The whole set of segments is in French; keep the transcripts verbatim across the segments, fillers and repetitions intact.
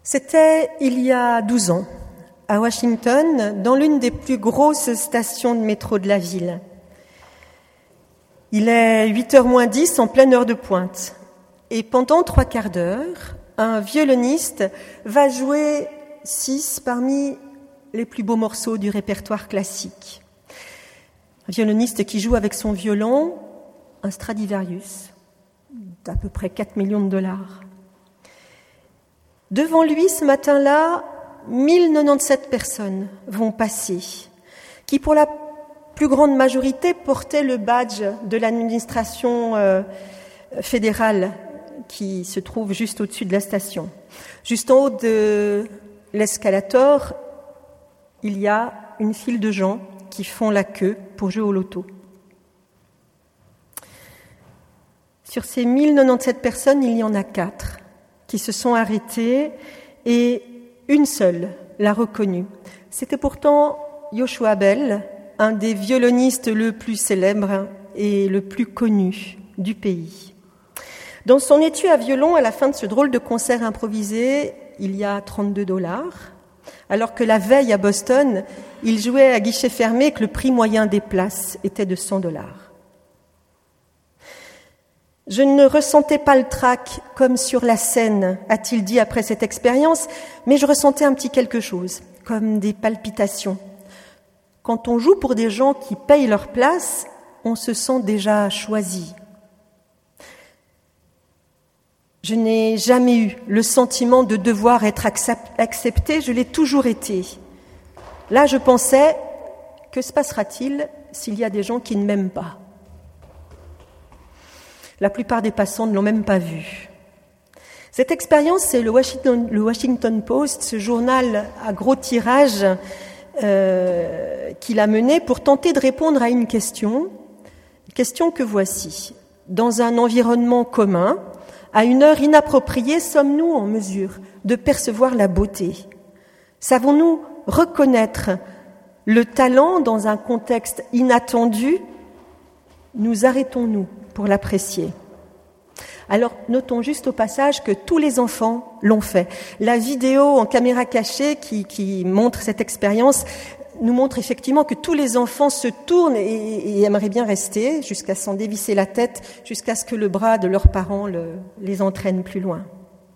C'était il y a douze ans, à Washington, dans l'une des plus grosses stations de métro de la ville. Il est huit heures moins dix, en pleine heure de pointe. Et pendant trois quarts d'heure, un violoniste va jouer six parmi les plus beaux morceaux du répertoire classique. Un violoniste qui joue avec son violon un Stradivarius d'à peu près quatre millions de dollars. Devant lui, ce matin-là, mille quatre-vingt-dix-sept personnes vont passer, qui pour la plus grande majorité portaient le badge de l'administration euh, fédérale qui se trouve juste au-dessus de la station. Juste en haut de l'escalator, il y a une file de gens qui font la queue pour jouer au loto. Sur ces mille quatre-vingt-dix-sept personnes, il y en a quatre qui se sont arrêtées et une seule l'a reconnue. C'était pourtant Joshua Bell, un des violonistes le plus célèbre et le plus connu du pays. Dans son étui à violon, à la fin de ce drôle de concert improvisé, il y a trente-deux dollars, alors que la veille à Boston, il jouait à guichet fermé et que le prix moyen des places était de cent dollars. « Je ne ressentais pas le trac comme sur la scène, a-t-il dit après cette expérience, mais je ressentais un petit quelque chose, comme des palpitations. Quand on joue pour des gens qui payent leur place, on se sent déjà choisi. Je n'ai jamais eu le sentiment de devoir être accepté, je l'ai toujours été. Là, je pensais, que se passera-t-il s'il y a des gens qui ne m'aiment pas ? La plupart des passants ne l'ont même pas vu. Cette expérience, c'est le Washington, le Washington Post, ce journal à gros tirage euh, qu'il a mené pour tenter de répondre à une question, question que voici. Dans un environnement commun, à une heure inappropriée, sommes-nous en mesure de percevoir la beauté ? Savons-nous reconnaître le talent dans un contexte inattendu ? Nous arrêtons-nous pour l'apprécier. Alors, notons juste au passage que tous les enfants l'ont fait. La vidéo en caméra cachée qui, qui montre cette expérience nous montre effectivement que tous les enfants se tournent et, et aimeraient bien rester jusqu'à s'en dévisser la tête, jusqu'à ce que le bras de leurs parents le, les entraîne plus loin.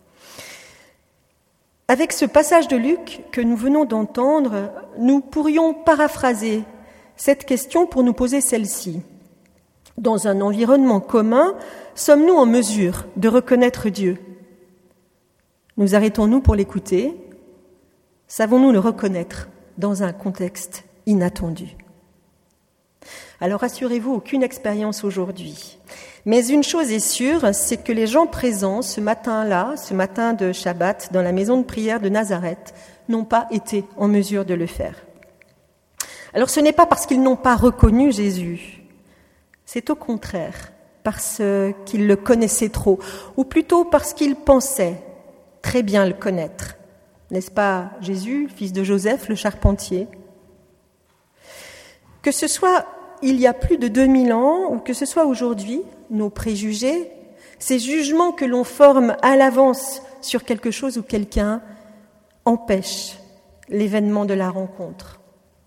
Avec ce passage de Luc que nous venons d'entendre, nous pourrions paraphraser cette question pour nous poser celle-ci. Dans un environnement commun, sommes-nous en mesure de reconnaître Dieu ? Nous arrêtons-nous pour l'écouter ? Savons-nous le reconnaître dans un contexte inattendu ? Alors rassurez-vous, aucune expérience aujourd'hui. Mais une chose est sûre, c'est que les gens présents ce matin-là, ce matin de Shabbat, dans la maison de prière de Nazareth, n'ont pas été en mesure de le faire. Alors ce n'est pas parce qu'ils n'ont pas reconnu Jésus. C'est au contraire parce qu'ils le connaissaient trop, ou plutôt parce qu'ils pensaient très bien le connaître. N'est-ce pas Jésus, fils de Joseph, le charpentier ? Que ce soit il y a plus de deux mille ans, ou que ce soit aujourd'hui, nos préjugés, ces jugements que l'on forme à l'avance sur quelque chose ou quelqu'un, empêchent l'événement de la rencontre.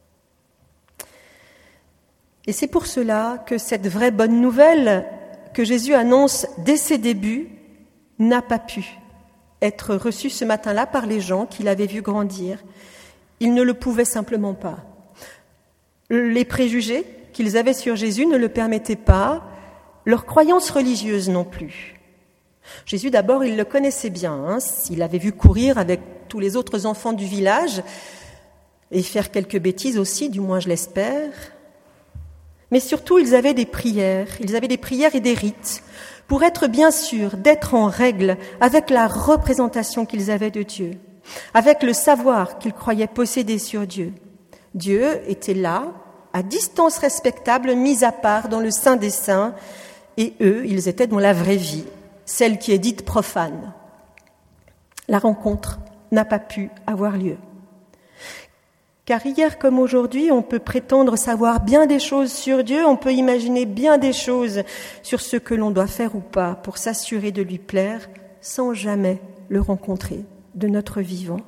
Et c'est pour cela que cette vraie bonne nouvelle que Jésus annonce dès ses débuts n'a pas pu être reçue ce matin-là par les gens qui l'avaient vu grandir. Ils ne le pouvaient simplement pas. Les préjugés qu'ils avaient sur Jésus ne le permettaient pas, leurs croyances religieuses non plus. Jésus, d'abord, il le connaissait bien. Hein, il avait vu courir avec tous les autres enfants du village et faire quelques bêtises aussi, du moins je l'espère. Mais surtout, ils avaient des prières, ils avaient des prières et des rites pour être bien sûrs d'être en règle avec la représentation qu'ils avaient de Dieu, avec le savoir qu'ils croyaient posséder sur Dieu. Dieu était là, à distance respectable, mis à part dans le Saint des Saints, et eux, ils étaient dans la vraie vie, celle qui est dite profane. La rencontre n'a pas pu avoir lieu. Car hier comme aujourd'hui, on peut prétendre savoir bien des choses sur Dieu, on peut imaginer bien des choses sur ce que l'on doit faire ou pas pour s'assurer de lui plaire sans jamais le rencontrer. de notre vivant.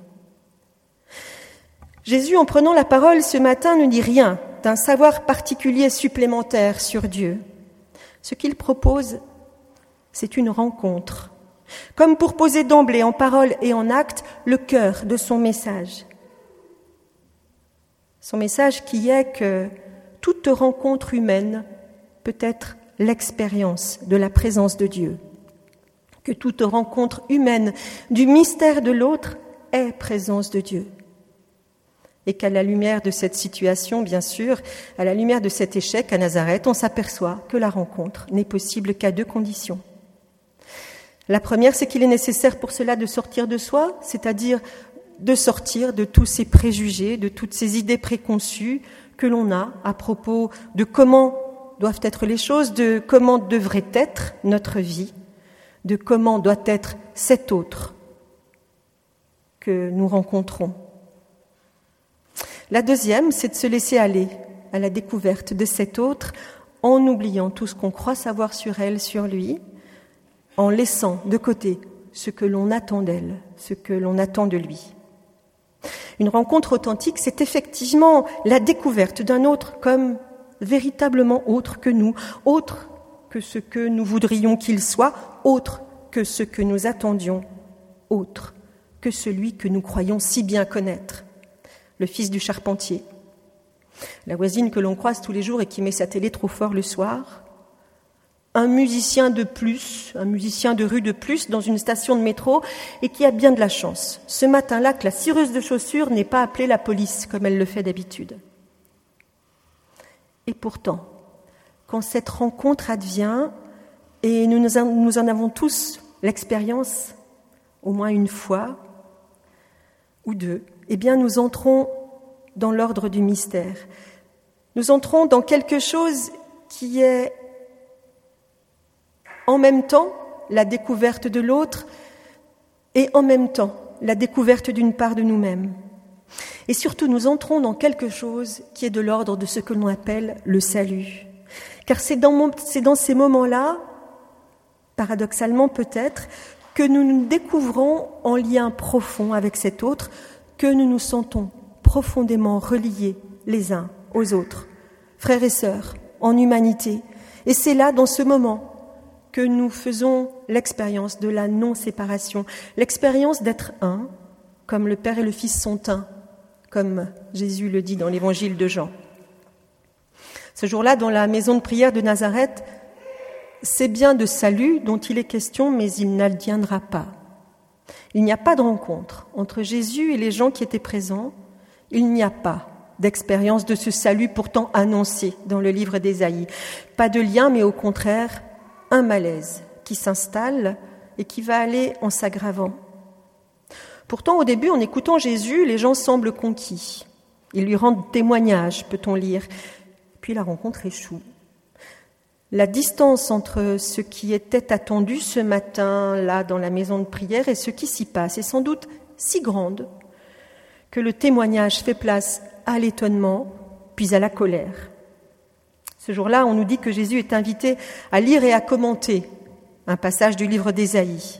Jésus, en prenant la parole ce matin, ne dit rien d'un savoir particulier supplémentaire sur Dieu. Ce qu'il propose, c'est une rencontre, comme pour poser d'emblée en parole et en acte le cœur de son message. Son message qui est que toute rencontre humaine peut être l'expérience de la présence de Dieu, que toute rencontre humaine du mystère de l'autre est présence de Dieu. Et qu'à la lumière de cette situation, bien sûr, à la lumière de cet échec à Nazareth, on s'aperçoit que la rencontre n'est possible qu'à deux conditions. La première, c'est qu'il est nécessaire pour cela de sortir de soi, c'est-à-dire de sortir de tous ces préjugés, de toutes ces idées préconçues que l'on a à propos de comment doivent être les choses, de comment devrait être notre vie, de comment doit être cet autre que nous rencontrons. La deuxième, c'est de se laisser aller à la découverte de cet autre en oubliant tout ce qu'on croit savoir sur elle, sur lui, en laissant de côté ce que l'on attend d'elle, ce que l'on attend de lui. Une rencontre authentique, c'est effectivement la découverte d'un autre comme véritablement autre que nous, autre que ce que nous voudrions qu'il soit, autre que ce que nous attendions, autre que celui que nous croyons si bien connaître. Le fils du charpentier, la voisine que l'on croise tous les jours et qui met sa télé trop fort le soir, un musicien de plus, un musicien de rue de plus dans une station de métro et qui a bien de la chance, ce matin-là, que la cireuse de chaussures n'ait pas appelé la police comme elle le fait d'habitude. Et pourtant, quand cette rencontre advient, et nous, nous en avons tous l'expérience, au moins une fois ou deux, eh bien nous entrons dans l'ordre du mystère. Nous entrons dans quelque chose qui est en même temps la découverte de l'autre et en même temps la découverte d'une part de nous-mêmes. Et surtout, nous entrons dans quelque chose qui est de l'ordre de ce que l'on appelle le salut. Car c'est dans, mon, c'est dans ces moments-là, paradoxalement peut-être, que nous nous découvrons en lien profond avec cet autre, que nous nous sentons profondément reliés les uns aux autres, frères et sœurs, en humanité. Et c'est là, dans ce moment, que nous faisons l'expérience de la non-séparation, l'expérience d'être un, comme le Père et le Fils sont un, comme Jésus le dit dans l'évangile de Jean. Ce jour-là, dans la maison de prière de Nazareth, c'est bien de salut dont il est question, mais il n'adviendra pas. Il n'y a pas de rencontre entre Jésus et les gens qui étaient présents. Il n'y a pas d'expérience de ce salut pourtant annoncé dans le livre d'Ésaïe. Pas de lien, mais au contraire, un malaise qui s'installe et qui va aller en s'aggravant. Pourtant, au début, en écoutant Jésus, les gens semblent conquis. Ils lui rendent témoignage, peut-on lire. Puis la rencontre échoue. La distance entre ce qui était attendu ce matin-là dans la maison de prière et ce qui s'y passe est sans doute si grande que le témoignage fait place à l'étonnement, puis à la colère. Ce jour-là, on nous dit que Jésus est invité à lire et à commenter un passage du livre d'Ésaïe.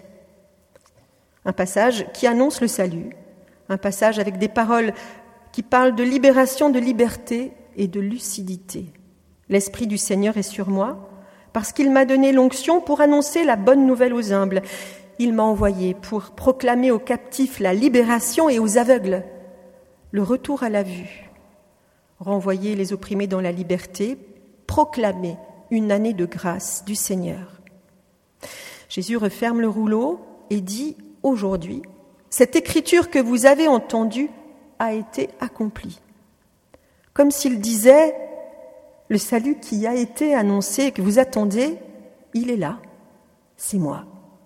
Un passage qui annonce le salut, un passage avec des paroles qui parlent de libération, de liberté et de lucidité. L'Esprit du Seigneur est sur moi, parce qu'il m'a donné l'onction pour annoncer la bonne nouvelle aux humbles. Il m'a envoyé pour proclamer aux captifs la libération et aux aveugles le retour à la vue, renvoyer les opprimés dans la liberté, proclamer une année de grâce du Seigneur. Jésus referme le rouleau et dit « Aujourd'hui, cette écriture que vous avez entendue a été accomplie. » Comme s'il disait « Le salut qui a été annoncé, que vous attendez, il est là, c'est moi. »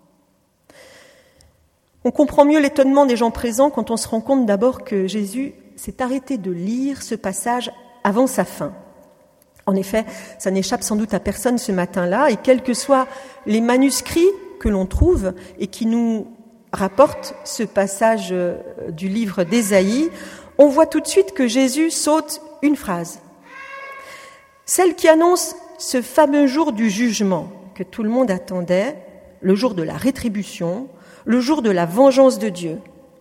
On comprend mieux l'étonnement des gens présents quand on se rend compte d'abord que Jésus s'est arrêté de lire ce passage avant sa fin. En effet, ça n'échappe sans doute à personne ce matin-là, et quels que soient les manuscrits que l'on trouve et qui nous rapportent ce passage du livre d'Ésaïe, on voit tout de suite que Jésus saute une phrase. Celle qui annonce ce fameux jour du jugement que tout le monde attendait, le jour de la rétribution, le jour de la vengeance de Dieu.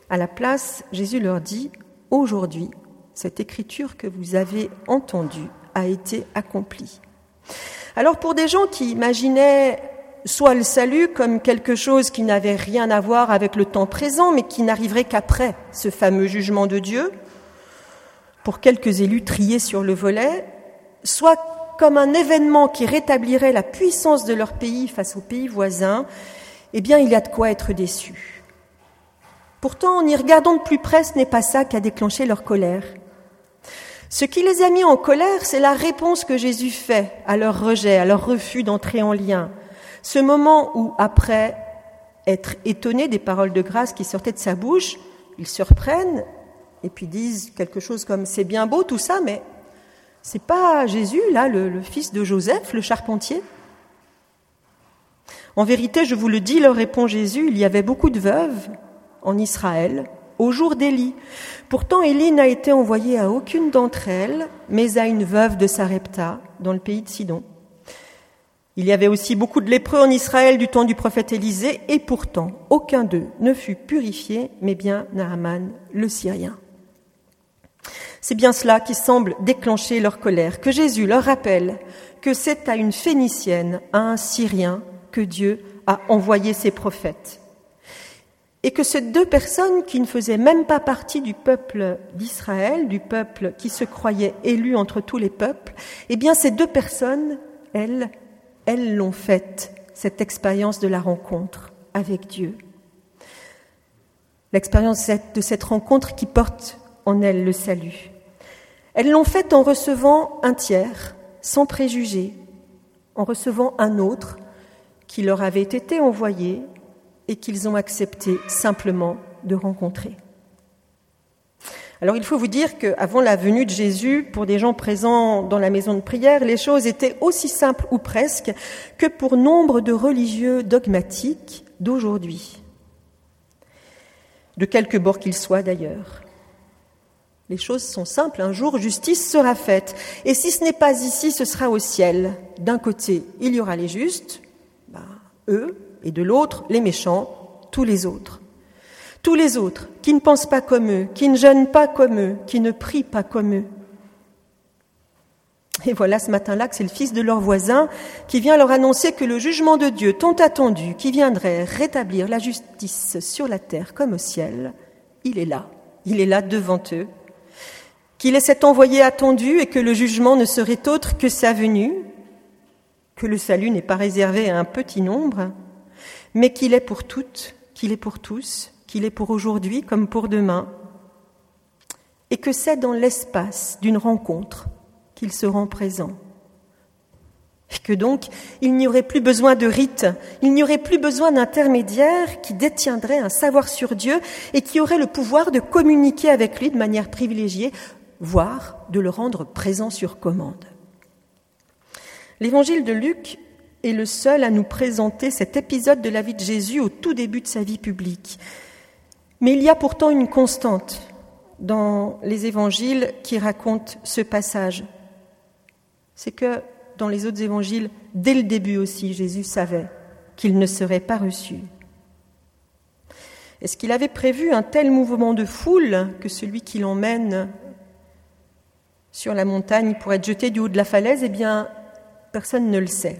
À la place, Jésus leur dit « Aujourd'hui, cette écriture que vous avez entendue a été accomplie. » Alors pour des gens qui imaginaient soit le salut comme quelque chose qui n'avait rien à voir avec le temps présent, mais qui n'arriverait qu'après ce fameux jugement de Dieu, pour quelques élus triés sur le volet, soit comme un événement qui rétablirait la puissance de leur pays face aux pays voisins, eh bien il y a de quoi être déçu. Pourtant, en y regardant de plus près, ce n'est pas ça qui a déclenché leur colère. Ce qui les a mis en colère, c'est la réponse que Jésus fait à leur rejet, à leur refus d'entrer en lien. Ce moment où, après être étonnés des paroles de grâce qui sortaient de sa bouche, ils se reprennent et puis disent quelque chose comme « c'est bien beau tout ça, mais c'est pas Jésus, là, le, le fils de Joseph, le charpentier ?» En vérité, je vous le dis, leur répond Jésus, il y avait beaucoup de veuves en Israël au jour d'Élie. Pourtant, Élie n'a été envoyé à aucune d'entre elles, mais à une veuve de Sarepta, dans le pays de Sidon. Il y avait aussi beaucoup de lépreux en Israël du temps du prophète Élisée, et pourtant, aucun d'eux ne fut purifié, mais bien Naaman, le Syrien. C'est bien cela qui semble déclencher leur colère, que Jésus leur rappelle que c'est à une Phénicienne, à un Syrien, que Dieu a envoyé ses prophètes. Et que ces deux personnes qui ne faisaient même pas partie du peuple d'Israël, du peuple qui se croyait élu entre tous les peuples, eh bien ces deux personnes, elles, elles l'ont faite, cette expérience de la rencontre avec Dieu. L'expérience de cette rencontre qui porte en elles le salut. Elles l'ont faite en recevant un tiers, sans préjugés, en recevant un autre qui leur avait été envoyé et qu'ils ont accepté simplement de rencontrer. Alors il faut vous dire qu'avant la venue de Jésus, pour des gens présents dans la maison de prière, les choses étaient aussi simples ou presque que pour nombre de religieux dogmatiques d'aujourd'hui, de quelque bord qu'ils soient d'ailleurs. Les choses sont simples, un jour justice sera faite, et si ce n'est pas ici, ce sera au ciel. D'un côté, il y aura les justes, ben, eux, et de l'autre, les méchants, tous les autres. Tous les autres qui ne pensent pas comme eux, qui ne jeûnent pas comme eux, qui ne prient pas comme eux. Et voilà ce matin-là que c'est le fils de leur voisin qui vient leur annoncer que le jugement de Dieu tant attendu, qui viendrait rétablir la justice sur la terre comme au ciel, il est là, il est là devant eux, qu'il est cet envoyé attendu et que le jugement ne serait autre que sa venue, que le salut n'est pas réservé à un petit nombre, mais qu'il est pour toutes, qu'il est pour tous, qu'il est pour aujourd'hui comme pour demain, et que c'est dans l'espace d'une rencontre qu'il se rend présent. Et que donc, il n'y aurait plus besoin de rites, il n'y aurait plus besoin d'intermédiaires qui détiendraient un savoir sur Dieu et qui auraient le pouvoir de communiquer avec lui de manière privilégiée, voire de le rendre présent sur commande. L'évangile de Luc est le seul à nous présenter cet épisode de la vie de Jésus au tout début de sa vie publique. Mais il y a pourtant une constante dans les évangiles qui racontent ce passage. C'est que dans les autres évangiles, dès le début aussi, Jésus savait qu'il ne serait pas reçu. Est-ce qu'il avait prévu un tel mouvement de foule que celui qui l'emmène sur la montagne pour être jeté du haut de la falaise ? Eh bien, personne ne le sait.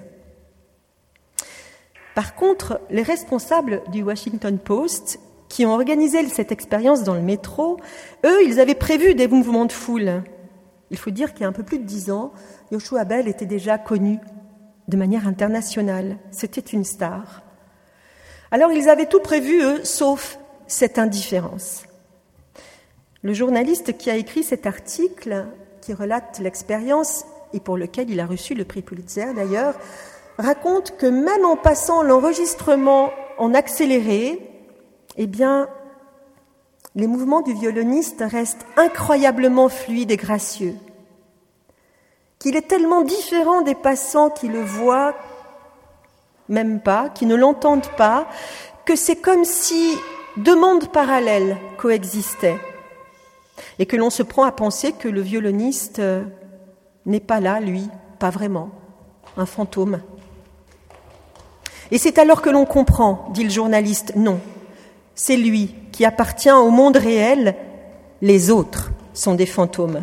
Par contre, les responsables du Washington Post, qui ont organisé cette expérience dans le métro, eux, ils avaient prévu des mouvements de foule. Il faut dire qu'il y a un peu plus de dix ans, Yoshua Bell était déjà connu de manière internationale. C'était une star. Alors, ils avaient tout prévu, eux, sauf cette indifférence. Le journaliste qui a écrit cet article, qui relate l'expérience, et pour lequel il a reçu le prix Pulitzer d'ailleurs, raconte que même en passant l'enregistrement en accéléré, eh bien, les mouvements du violoniste restent incroyablement fluides et gracieux. Qu'il est tellement différent des passants qui le voient même pas, qui ne l'entendent pas, que c'est comme si deux mondes parallèles coexistaient. Et que l'on se prend à penser que le violoniste n'est pas là, lui, pas vraiment, un fantôme. Et c'est alors que l'on comprend, dit le journaliste, non. c'est lui qui appartient au monde réel, les autres sont des fantômes.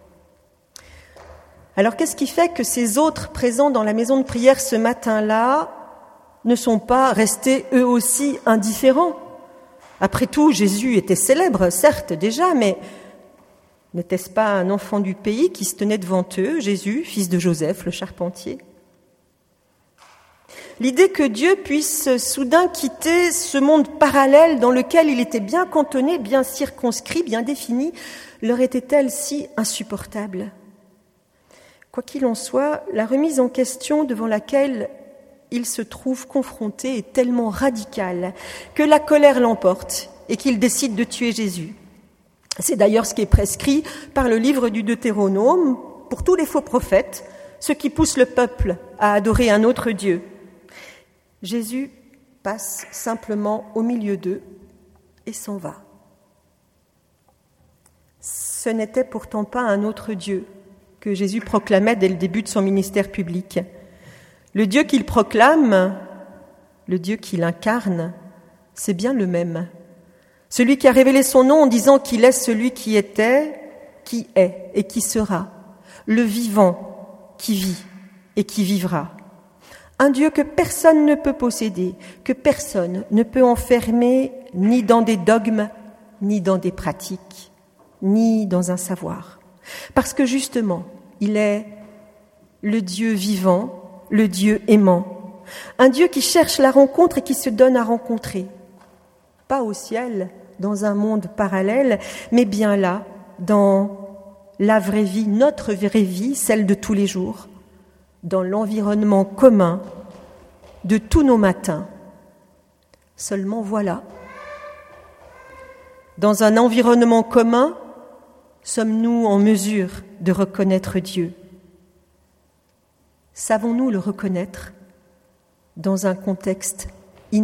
Alors qu'est-ce qui fait que ces autres présents dans la maison de prière ce matin-là ne sont pas restés eux aussi indifférents ? Après tout, Jésus était célèbre, certes déjà, mais n'était-ce pas un enfant du pays qui se tenait devant eux, Jésus, fils de Joseph, le charpentier ? L'idée que Dieu puisse soudain quitter ce monde parallèle dans lequel il était bien cantonné, bien circonscrit, bien défini, leur était-elle si insupportable ? Quoi qu'il en soit, la remise en question devant laquelle il se trouve confronté est tellement radicale que la colère l'emporte et qu'il décide de tuer Jésus. C'est d'ailleurs ce qui est prescrit par le livre du Deutéronome pour tous les faux prophètes, ceux qui poussent le peuple à adorer un autre Dieu. Jésus passe simplement au milieu d'eux et s'en va. Ce n'était pourtant pas un autre Dieu que Jésus proclamait dès le début de son ministère public. Le Dieu qu'il proclame, le Dieu qu'il incarne, c'est bien le même. Celui qui a révélé son nom en disant qu'il est celui qui était, qui est et qui sera. Le vivant qui vit et qui vivra. Un Dieu que personne ne peut posséder, que personne ne peut enfermer ni dans des dogmes, ni dans des pratiques, ni dans un savoir. Parce que justement, il est le Dieu vivant, le Dieu aimant. Un Dieu qui cherche la rencontre et qui se donne à rencontrer. Pas au ciel, dans un monde parallèle, mais bien là, dans la vraie vie, notre vraie vie, celle de tous les jours, dans l'environnement commun de tous nos matins. Seulement voilà, dans un environnement commun, sommes-nous en mesure de reconnaître Dieu ? Savons-nous le reconnaître dans un contexte inattendu ?